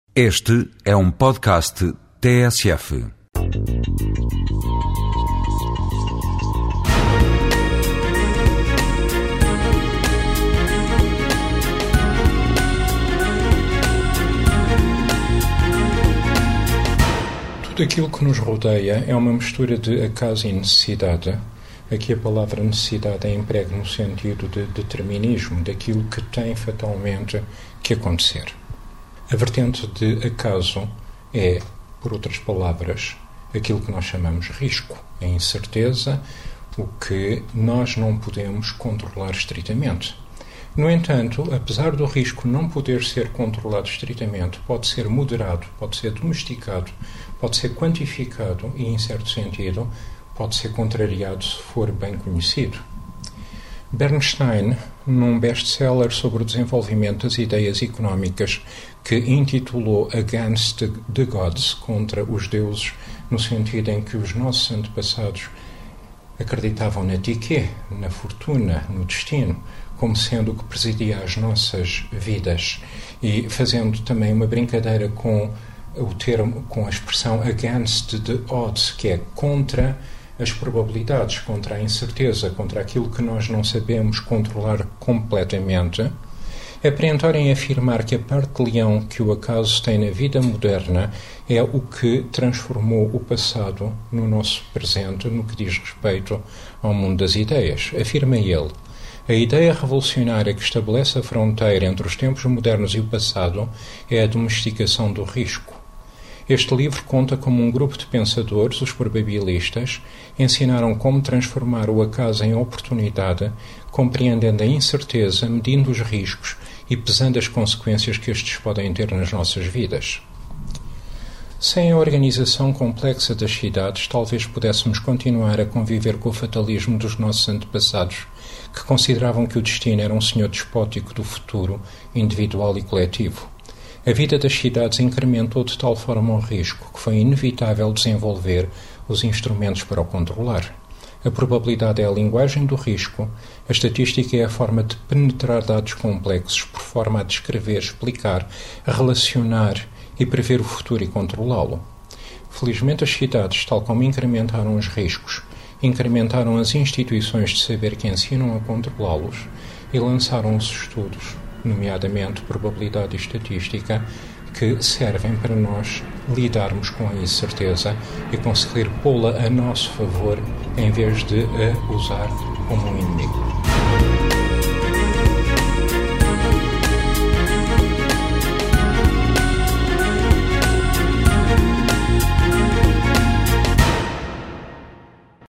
Este é um podcast TSF. Tudo aquilo que nos rodeia é uma mistura de acaso e necessidade. Aqui a palavra necessidade é emprego no sentido de determinismo, daquilo que tem fatalmente que acontecer. A vertente de acaso é, por outras palavras, aquilo que nós chamamos risco, a incerteza, o que nós não podemos controlar estritamente. No entanto, apesar do risco não poder ser controlado estritamente, pode ser moderado, pode ser domesticado, pode ser quantificado e, em certo sentido, pode ser contrariado se for bem conhecido. Bernstein, num best-seller sobre o desenvolvimento das ideias económicas que intitulou Against the Gods, contra os deuses, no sentido em que os nossos antepassados acreditavam na psique, na fortuna, no destino, como sendo o que presidia as nossas vidas, e fazendo também uma brincadeira com o termo, com a expressão against the odds, que é contra as probabilidades, contra a incerteza, contra aquilo que nós não sabemos controlar completamente. É perentório em afirmar que a parte de leão que o acaso tem na vida moderna é o que transformou o passado no nosso presente, no que diz respeito ao mundo das ideias. Afirma ele: a ideia revolucionária que estabelece a fronteira entre os tempos modernos e o passado é a domesticação do risco. Este livro conta como um grupo de pensadores, os probabilistas, ensinaram como transformar o acaso em oportunidade, compreendendo a incerteza, medindo os riscos e pesando as consequências que estes podem ter nas nossas vidas. Sem a organização complexa das cidades, talvez pudéssemos continuar a conviver com o fatalismo dos nossos antepassados, que consideravam que o destino era um senhor despótico do futuro, individual e coletivo. A vida das cidades incrementou de tal forma o risco que foi inevitável desenvolver os instrumentos para o controlar. A probabilidade é a linguagem do risco, a estatística é a forma de penetrar dados complexos por forma a descrever, explicar, relacionar e prever o futuro e controlá-lo. Felizmente as cidades, tal como incrementaram os riscos, incrementaram as instituições de saber que ensinam a controlá-los e lançaram os estudos, nomeadamente probabilidade e estatística, que servem para nós lidarmos com a incerteza e conseguir pô-la a nosso favor em vez de a usar como um inimigo.